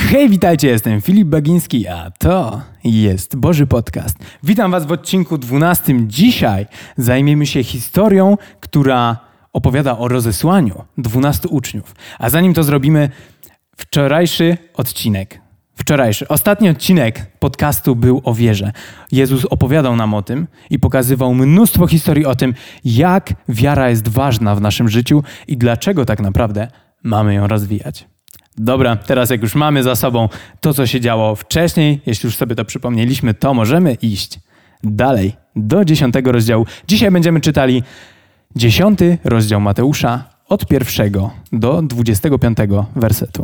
Hej, witajcie, jestem Filip Bagiński, a to jest Boży Podcast. Witam Was w odcinku 12. Dzisiaj zajmiemy się historią, która opowiada o rozesłaniu 12 uczniów. A zanim to zrobimy, Ostatni odcinek podcastu był o wierze. Jezus opowiadał nam o tym i pokazywał mnóstwo historii o tym, jak wiara jest ważna w naszym życiu i dlaczego tak naprawdę mamy ją rozwijać. Dobra, teraz jak już mamy za sobą to, co się działo wcześniej, jeśli już sobie to przypomnieliśmy, to możemy iść dalej do 10 rozdziału. Dzisiaj będziemy czytali 10 rozdział Mateusza od 1 do 25 wersetu.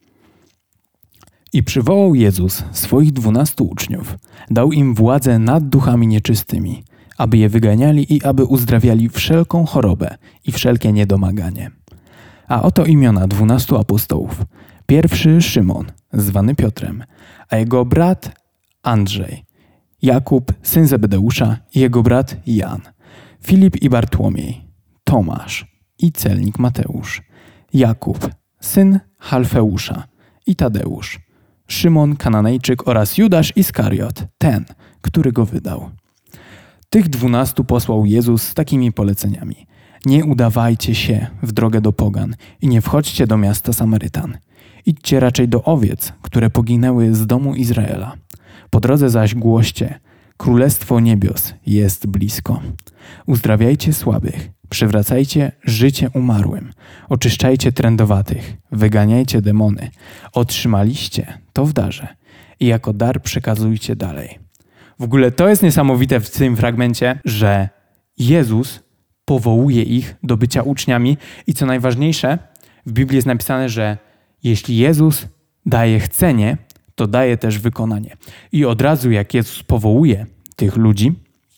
I przywołał Jezus swoich 12 uczniów, dał im władzę nad duchami nieczystymi, aby je wyganiali i aby uzdrawiali wszelką chorobę i wszelkie niedomaganie. A oto imiona 12 apostołów. Pierwszy Szymon, zwany Piotrem, a jego brat Andrzej, Jakub, syn Zebedeusza i jego brat Jan, Filip i Bartłomiej, Tomasz i celnik Mateusz, Jakub, syn Halfeusza i Tadeusz, Szymon Kananejczyk oraz Judasz Iskariot, ten, który go wydał. Tych 12 posłał Jezus z takimi poleceniami. Nie udawajcie się w drogę do pogan i nie wchodźcie do miasta Samarytan. Idźcie raczej do owiec, które poginęły z domu Izraela. Po drodze zaś głoście, Królestwo Niebios jest blisko. Uzdrawiajcie słabych, przywracajcie życie umarłym, oczyszczajcie trędowatych, wyganiajcie demony. Otrzymaliście to w darze i jako dar przekazujcie dalej. W ogóle to jest niesamowite w tym fragmencie, że Jezus powołuje ich do bycia uczniami i co najważniejsze, w Biblii jest napisane, że jeśli Jezus daje chcenie, to daje też wykonanie. I od razu jak Jezus powołuje tych ludzi,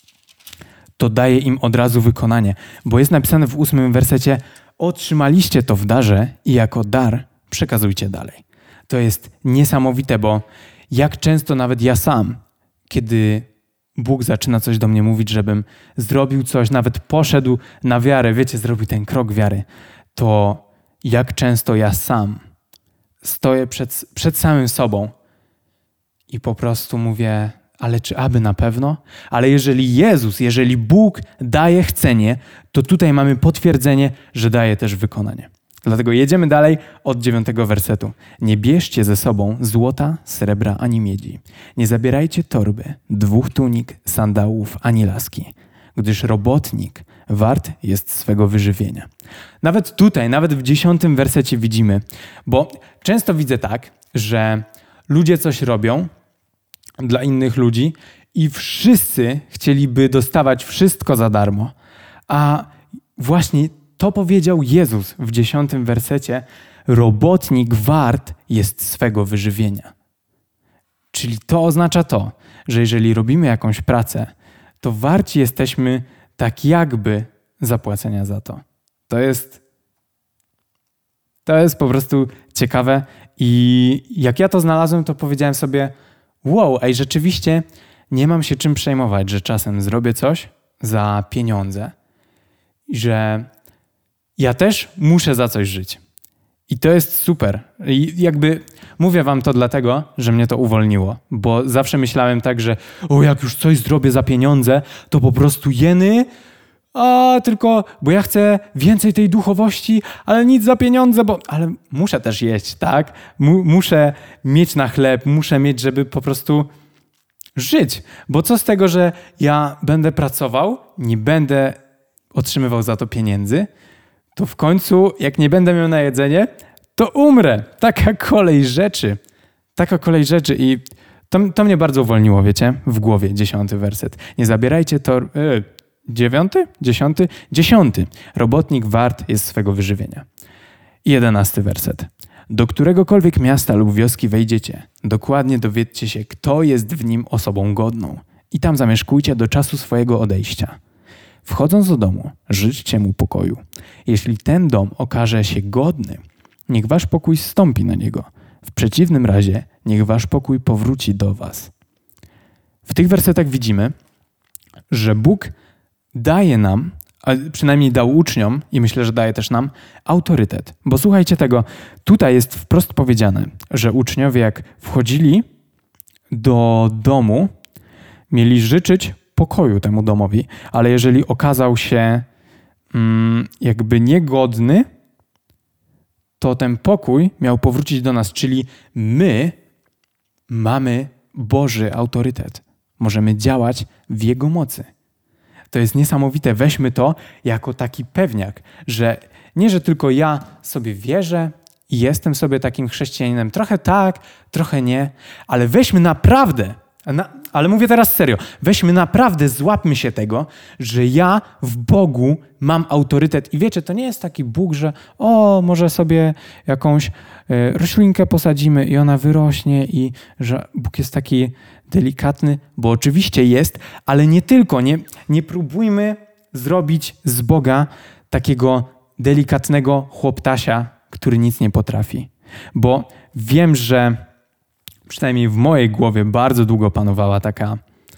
to daje im od razu wykonanie. Bo jest napisane w 8 wersecie: otrzymaliście to w darze i jako dar przekazujcie dalej. To jest niesamowite, bo jak często nawet ja sam, kiedy Bóg zaczyna coś do mnie mówić, żebym zrobił coś, nawet poszedł na wiarę, zrobił ten krok wiary, to jak często ja sam stoję przed samym sobą i po prostu mówię, ale czy aby na pewno? Ale jeżeli Bóg daje chcenie, to tutaj mamy potwierdzenie, że daje też wykonanie. Dlatego jedziemy dalej od 9 wersetu. Nie bierzcie ze sobą złota, srebra ani miedzi. Nie zabierajcie torby, 2 tunik, sandałów ani laski, gdyż robotnik wart jest swego wyżywienia. Nawet tutaj, nawet w 10 wersecie widzimy, bo często widzę tak, że ludzie coś robią dla innych ludzi i wszyscy chcieliby dostawać wszystko za darmo, a właśnie to powiedział Jezus w 10 wersecie: robotnik wart jest swego wyżywienia. Czyli to oznacza to, że jeżeli robimy jakąś pracę, to warci jesteśmy tak jakby zapłacenia za to. To jest po prostu ciekawe i jak ja to znalazłem, to powiedziałem sobie: wow, rzeczywiście nie mam się czym przejmować, że czasem zrobię coś za pieniądze i że ja też muszę za coś żyć. I to jest super. I jakby mówię wam to dlatego, że mnie to uwolniło, bo zawsze myślałem tak, że jak już coś zrobię za pieniądze, to po prostu jeny, bo ja chcę więcej tej duchowości, ale nic za pieniądze, ale muszę też jeść, tak? Muszę mieć na chleb, muszę mieć, żeby po prostu żyć. Bo co z tego, że ja będę pracował, nie będę otrzymywał za to pieniędzy, to w końcu, jak nie będę miał na jedzenie, to umrę. Taka kolej rzeczy i to mnie bardzo uwolniło, w głowie 10 werset. Nie zabierajcie 9? 10. Robotnik wart jest swego wyżywienia. 11 werset. Do któregokolwiek miasta lub wioski wejdziecie, dokładnie dowiedzcie się, kto jest w nim osobą godną i tam zamieszkujcie do czasu swojego odejścia. Wchodząc do domu, życzcie mu pokoju. Jeśli ten dom okaże się godny, niech wasz pokój zstąpi na niego. W przeciwnym razie niech wasz pokój powróci do was. W tych wersetach widzimy, że Bóg daje nam, przynajmniej dał uczniom i myślę, że daje też nam autorytet. Bo słuchajcie tego, tutaj jest wprost powiedziane, że uczniowie jak wchodzili do domu, mieli życzyć pokoju temu domowi, ale jeżeli okazał się jakby niegodny, to ten pokój miał powrócić do nas, czyli my mamy Boży autorytet. Możemy działać w Jego mocy. To jest niesamowite. Weźmy to jako taki pewniak, że nie, że tylko ja sobie wierzę i jestem sobie takim chrześcijaninem. Trochę tak, trochę nie, ale weźmy naprawdę, ale mówię teraz serio, weźmy naprawdę, złapmy się tego, że ja w Bogu mam autorytet. I wiecie, to nie jest taki Bóg, że może sobie jakąś roślinkę posadzimy i ona wyrośnie i że Bóg jest taki delikatny, bo oczywiście jest, ale nie tylko. Nie próbujmy zrobić z Boga takiego delikatnego chłoptasia, który nic nie potrafi. Bo wiem, że przynajmniej w mojej głowie bardzo długo panowała taka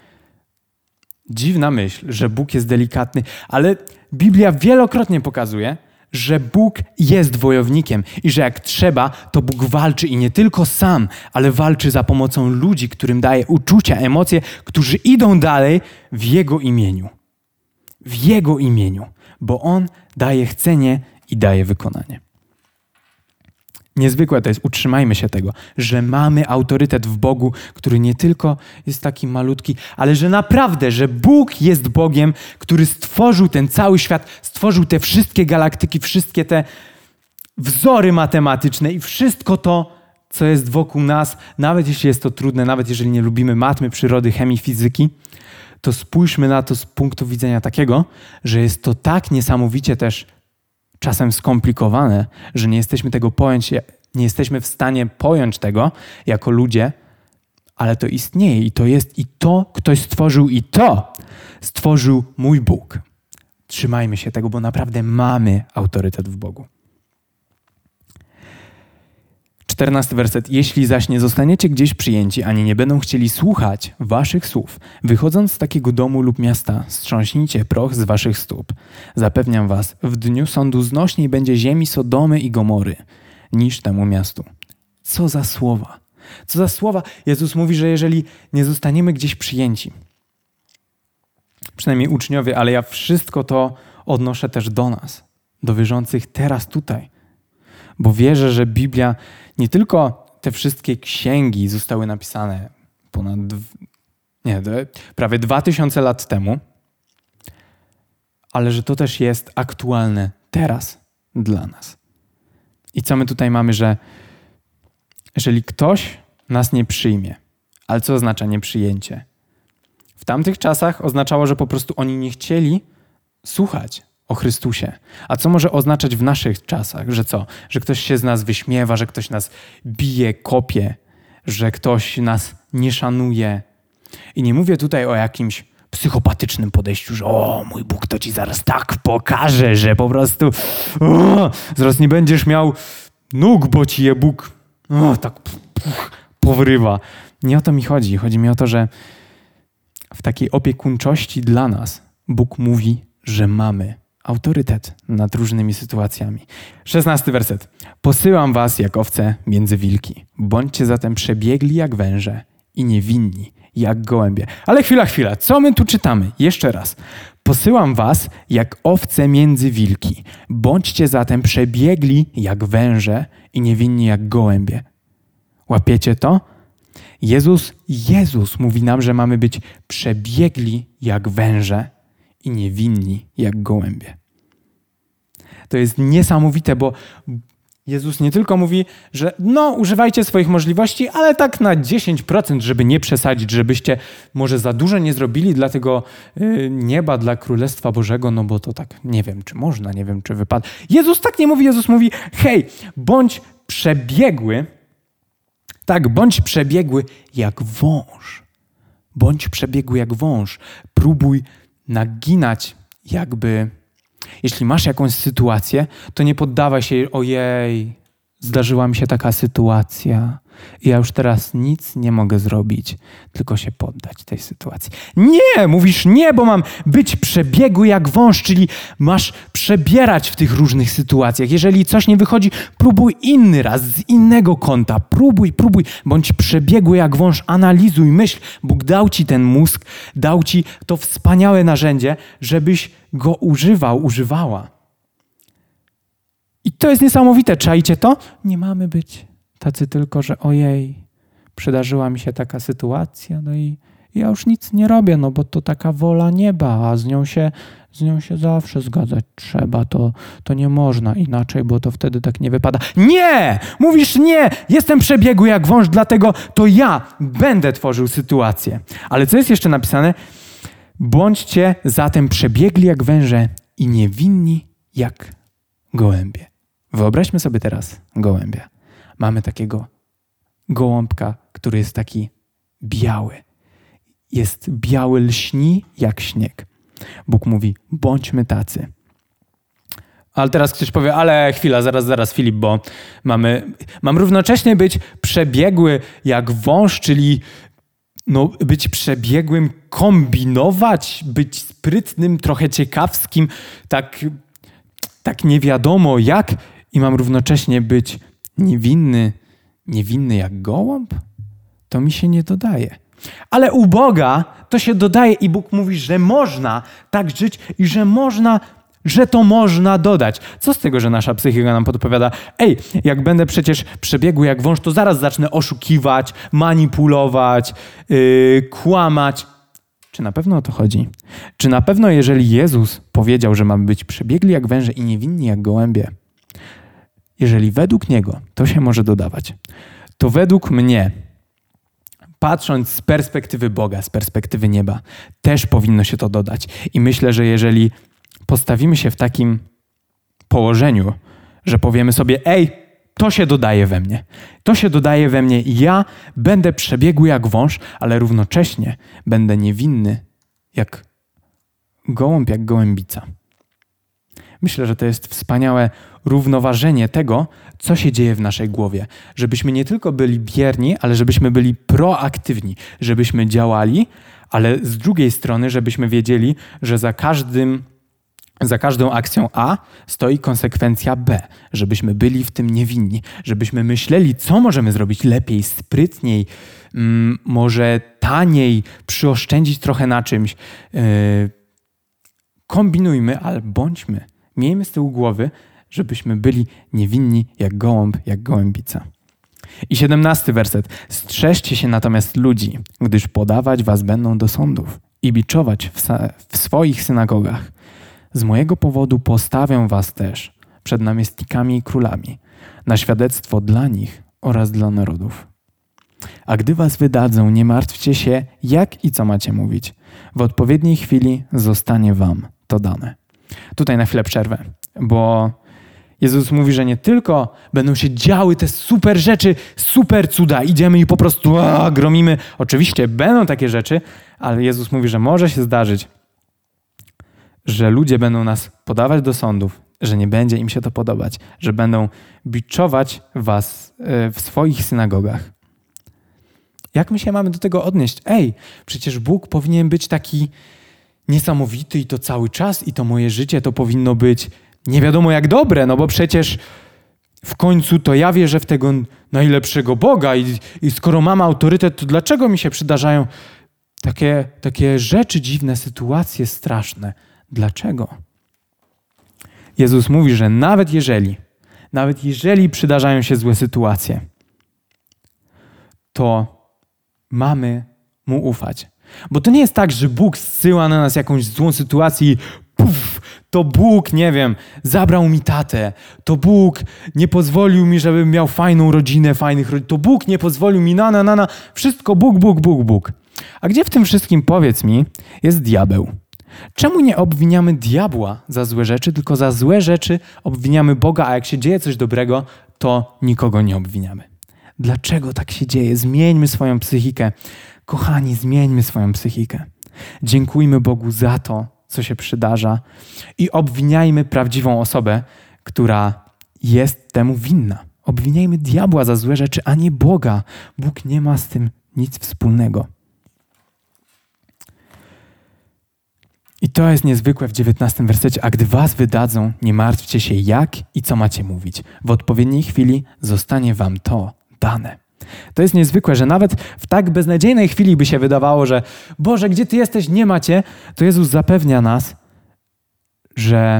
dziwna myśl, że Bóg jest delikatny, ale Biblia wielokrotnie pokazuje, że Bóg jest wojownikiem i że jak trzeba, to Bóg walczy i nie tylko sam, ale walczy za pomocą ludzi, którym daje uczucia, emocje, którzy idą dalej w Jego imieniu. W Jego imieniu, bo On daje chcenie i daje wykonanie. Niezwykłe to jest, utrzymajmy się tego, że mamy autorytet w Bogu, który nie tylko jest taki malutki, ale że naprawdę, że Bóg jest Bogiem, który stworzył ten cały świat, stworzył te wszystkie galaktyki, wszystkie te wzory matematyczne i wszystko to, co jest wokół nas, nawet jeśli jest to trudne, nawet jeżeli nie lubimy matmy, przyrody, chemii, fizyki, to spójrzmy na to z punktu widzenia takiego, że jest to tak niesamowicie też czasem skomplikowane, że nie jesteśmy w stanie pojąć tego jako ludzie, ale to istnieje i to jest i to ktoś stworzył i to stworzył mój Bóg. Trzymajmy się tego, bo naprawdę mamy autorytet w Bogu. 14 werset. Jeśli zaś nie zostaniecie gdzieś przyjęci, ani nie będą chcieli słuchać waszych słów, wychodząc z takiego domu lub miasta, strząśnijcie proch z waszych stóp. Zapewniam was, w dniu sądu znośniej będzie ziemi Sodomy i Gomory niż temu miastu. Co za słowa? Co za słowa? Jezus mówi, że jeżeli nie zostaniemy gdzieś przyjęci, przynajmniej uczniowie, ale ja wszystko to odnoszę też do nas, do wierzących teraz tutaj. Bo wierzę, że Biblia, nie tylko te wszystkie księgi zostały napisane prawie 2000 lat temu, ale że to też jest aktualne teraz dla nas. I co my tutaj mamy, że jeżeli ktoś nas nie przyjmie, ale co oznacza nieprzyjęcie? W tamtych czasach oznaczało, że po prostu oni nie chcieli słuchać o Chrystusie. A co może oznaczać w naszych czasach? Że co? Że ktoś się z nas wyśmiewa, że ktoś nas bije, kopie, że ktoś nas nie szanuje. I nie mówię tutaj o jakimś psychopatycznym podejściu, że mój Bóg to ci zaraz tak pokaże, że po prostu zaraz nie będziesz miał nóg, bo ci je Bóg tak powrywa. Nie o to mi chodzi. Chodzi mi o to, że w takiej opiekuńczości dla nas Bóg mówi, że mamy autorytet nad różnymi sytuacjami. 16 werset. Posyłam was jak owce między wilki. Bądźcie zatem przebiegli jak węże i niewinni jak gołębie. Ale chwila. Co my tu czytamy? Jeszcze raz. Posyłam was jak owce między wilki. Bądźcie zatem przebiegli jak węże i niewinni jak gołębie. Łapiecie to? Jezus mówi nam, że mamy być przebiegli jak węże i niewinni jak gołębie. To jest niesamowite, bo Jezus nie tylko mówi, że używajcie swoich możliwości, ale tak na 10%, żeby nie przesadzić, żebyście może za dużo nie zrobili dla tego nieba, dla Królestwa Bożego, bo to tak nie wiem, czy można, nie wiem, czy wypada. Jezus tak nie mówi, Jezus mówi, hej, bądź przebiegły jak wąż. Bądź przebiegły jak wąż. Próbuj naginać jakby... Jeśli masz jakąś sytuację, to nie poddawaj się, ojej, zdarzyła mi się taka sytuacja, I ja już teraz nic nie mogę zrobić, tylko się poddać tej sytuacji. Nie, mówisz nie, bo mam być przebiegły jak wąż, czyli masz przebierać w tych różnych sytuacjach. Jeżeli coś nie wychodzi, próbuj inny raz, z innego kąta. Próbuj, bądź przebiegły jak wąż, analizuj, myśl. Bóg dał ci ten mózg, dał ci to wspaniałe narzędzie, żebyś go używała. I to jest niesamowite. Czajcie to? Nie mamy być tacy tylko, że ojej, przydarzyła mi się taka sytuacja, no i ja już nic nie robię, no bo to taka wola nieba, a z nią się zawsze zgadzać trzeba. To nie można inaczej, bo to wtedy tak nie wypada. Nie! Mówisz nie! Jestem przebiegły jak wąż, dlatego to ja będę tworzył sytuację. Ale co jest jeszcze napisane? Bądźcie zatem przebiegli jak węże i niewinni jak gołębie. Wyobraźmy sobie teraz gołębia. Mamy takiego gołąbka, który jest taki biały. Jest biały, lśni jak śnieg. Bóg mówi, bądźmy tacy. Ale teraz ktoś powie, ale chwila, zaraz Filip, bo mam równocześnie być przebiegły jak wąż, czyli być przebiegłym, kombinować, być sprytnym, trochę ciekawskim, tak nie wiadomo jak, i mam równocześnie być niewinny jak gołąb? To mi się nie dodaje. Ale u Boga to się dodaje i Bóg mówi, że można tak żyć i że to można dodać. Co z tego, że nasza psychika nam podpowiada, jak będę przecież przebiegły jak wąż, to zaraz zacznę oszukiwać, manipulować, kłamać. Czy na pewno o to chodzi? Czy na pewno, jeżeli Jezus powiedział, że mamy być przebiegli jak węże i niewinni jak gołębie, jeżeli według Niego to się może dodawać, to według mnie, patrząc z perspektywy Boga, z perspektywy nieba, też powinno się to dodać. I myślę, że jeżeli postawimy się w takim położeniu, że powiemy sobie, to się dodaje we mnie i ja będę przebiegły jak wąż, ale równocześnie będę niewinny jak gołąb, jak gołębica. Myślę, że to jest wspaniałe równoważenie tego, co się dzieje w naszej głowie. Żebyśmy nie tylko byli bierni, ale żebyśmy byli proaktywni, żebyśmy działali, ale z drugiej strony, żebyśmy wiedzieli, że za każdą akcją A stoi konsekwencja B, żebyśmy byli w tym niewinni, żebyśmy myśleli, co możemy zrobić lepiej, sprytniej, może taniej, przyoszczędzić trochę na czymś. Kombinujmy, ale bądźmy. Miejmy z tyłu głowy, żebyśmy byli niewinni jak gołąb, jak gołębica. I 17 werset. Strzeżcie się natomiast ludzi, gdyż podawać was będą do sądów i biczować w swoich synagogach. Z mojego powodu postawią was też przed namiestnikami i królami, na świadectwo dla nich oraz dla narodów. A gdy was wydadzą, nie martwcie się, jak i co macie mówić. W odpowiedniej chwili zostanie wam to dane. Tutaj na chwilę przerwę, bo Jezus mówi, że nie tylko będą się działy te super rzeczy, super cuda, idziemy i po prostu gromimy. Oczywiście będą takie rzeczy, ale Jezus mówi, że może się zdarzyć, że ludzie będą nas podawać do sądów, że nie będzie im się to podobać, że będą biczować was w swoich synagogach. Jak my się mamy do tego odnieść? Przecież Bóg powinien być taki niesamowity i to cały czas i to moje życie to powinno być nie wiadomo jak dobre, no bo przecież w końcu to ja wierzę w tego najlepszego Boga i skoro mam autorytet, to dlaczego mi się przydarzają takie rzeczy dziwne, sytuacje straszne? Dlaczego? Jezus mówi, że nawet jeżeli przydarzają się złe sytuacje, to mamy Mu ufać. Bo to nie jest tak, że Bóg zsyła na nas jakąś złą sytuację i to Bóg, zabrał mi tatę, to Bóg nie pozwolił mi, żebym miał fajną rodzinę, to Bóg nie pozwolił mi wszystko Bóg. A gdzie w tym wszystkim, powiedz mi, jest diabeł? Czemu nie obwiniamy diabła za złe rzeczy, tylko za złe rzeczy obwiniamy Boga, a jak się dzieje coś dobrego, to nikogo nie obwiniamy? Dlaczego tak się dzieje? Zmieńmy swoją psychikę. Kochani, zmieńmy swoją psychikę. Dziękujmy Bogu za to, co się przydarza i obwiniajmy prawdziwą osobę, która jest temu winna. Obwiniajmy diabła za złe rzeczy, a nie Boga. Bóg nie ma z tym nic wspólnego. I to jest niezwykłe w 19 wersecie. A gdy was wydadzą, nie martwcie się jak i co macie mówić. W odpowiedniej chwili zostanie wam to dane. To jest niezwykłe, że nawet w tak beznadziejnej chwili by się wydawało, że Boże, gdzie Ty jesteś, nie ma Cię, to Jezus zapewnia nas, że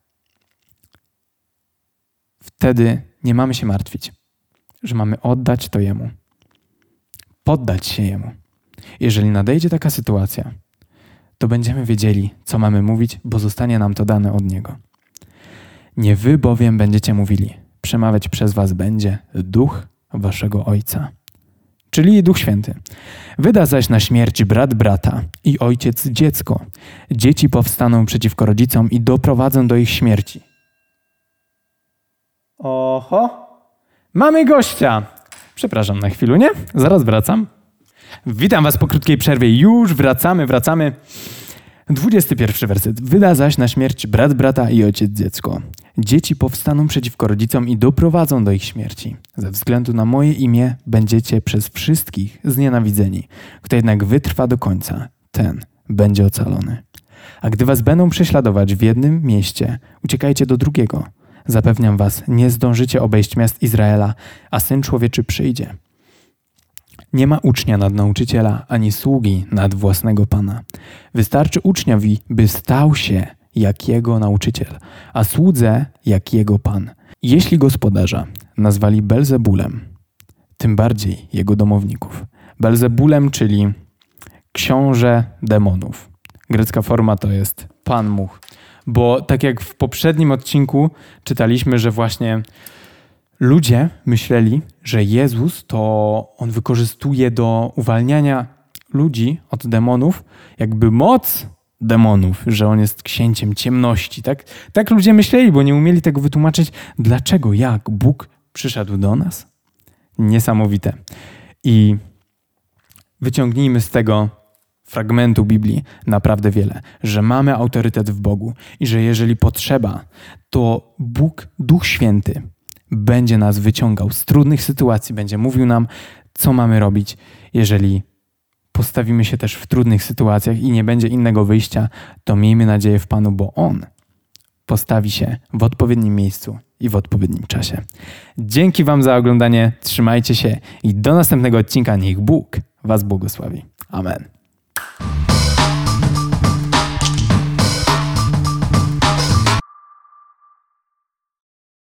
wtedy nie mamy się martwić, że mamy oddać to Jemu, poddać się Jemu. Jeżeli nadejdzie taka sytuacja, to będziemy wiedzieli, co mamy mówić, bo zostanie nam to dane od Niego. Nie wy bowiem będziecie mówili, przemawiać przez was będzie Duch waszego Ojca, czyli Duch Święty. Wyda zaś na śmierć brat brata i ojciec dziecko. Dzieci powstaną przeciwko rodzicom i doprowadzą do ich śmierci. Oho, mamy gościa. Przepraszam na chwilę, nie? Zaraz wracam. Witam was po krótkiej przerwie. Już wracamy. 21 werset. Wyda zaś na śmierć brat brata i ojciec dziecko. Dzieci powstaną przeciwko rodzicom i doprowadzą do ich śmierci. Ze względu na moje imię będziecie przez wszystkich znienawidzeni. Kto jednak wytrwa do końca, ten będzie ocalony. A gdy was będą prześladować w jednym mieście, uciekajcie do drugiego. Zapewniam was, nie zdążycie obejść miast Izraela, a Syn Człowieczy przyjdzie. Nie ma ucznia nad nauczyciela, ani sługi nad własnego Pana. Wystarczy uczniowi, by stał się jak jego nauczyciel, a słudze jak jego Pan. Jeśli gospodarza nazwali Belzebulem, tym bardziej jego domowników. Belzebulem, czyli książę demonów. Grecka forma to jest Pan Much. Bo tak jak w poprzednim odcinku czytaliśmy, że właśnie ludzie myśleli, że Jezus to On wykorzystuje do uwalniania ludzi od demonów jakby moc demonów, że On jest księciem ciemności. Tak ludzie myśleli, bo nie umieli tego wytłumaczyć. Dlaczego, jak Bóg przyszedł do nas? Niesamowite. I wyciągnijmy z tego fragmentu Biblii naprawdę wiele, że mamy autorytet w Bogu i że jeżeli potrzeba, to Bóg, Duch Święty, będzie nas wyciągał z trudnych sytuacji, będzie mówił nam, co mamy robić. Jeżeli postawimy się też w trudnych sytuacjach i nie będzie innego wyjścia, to miejmy nadzieję w Panu, bo On postawi się w odpowiednim miejscu i w odpowiednim czasie. Dzięki wam za oglądanie, trzymajcie się i do następnego odcinka. Niech Bóg was błogosławi. Amen.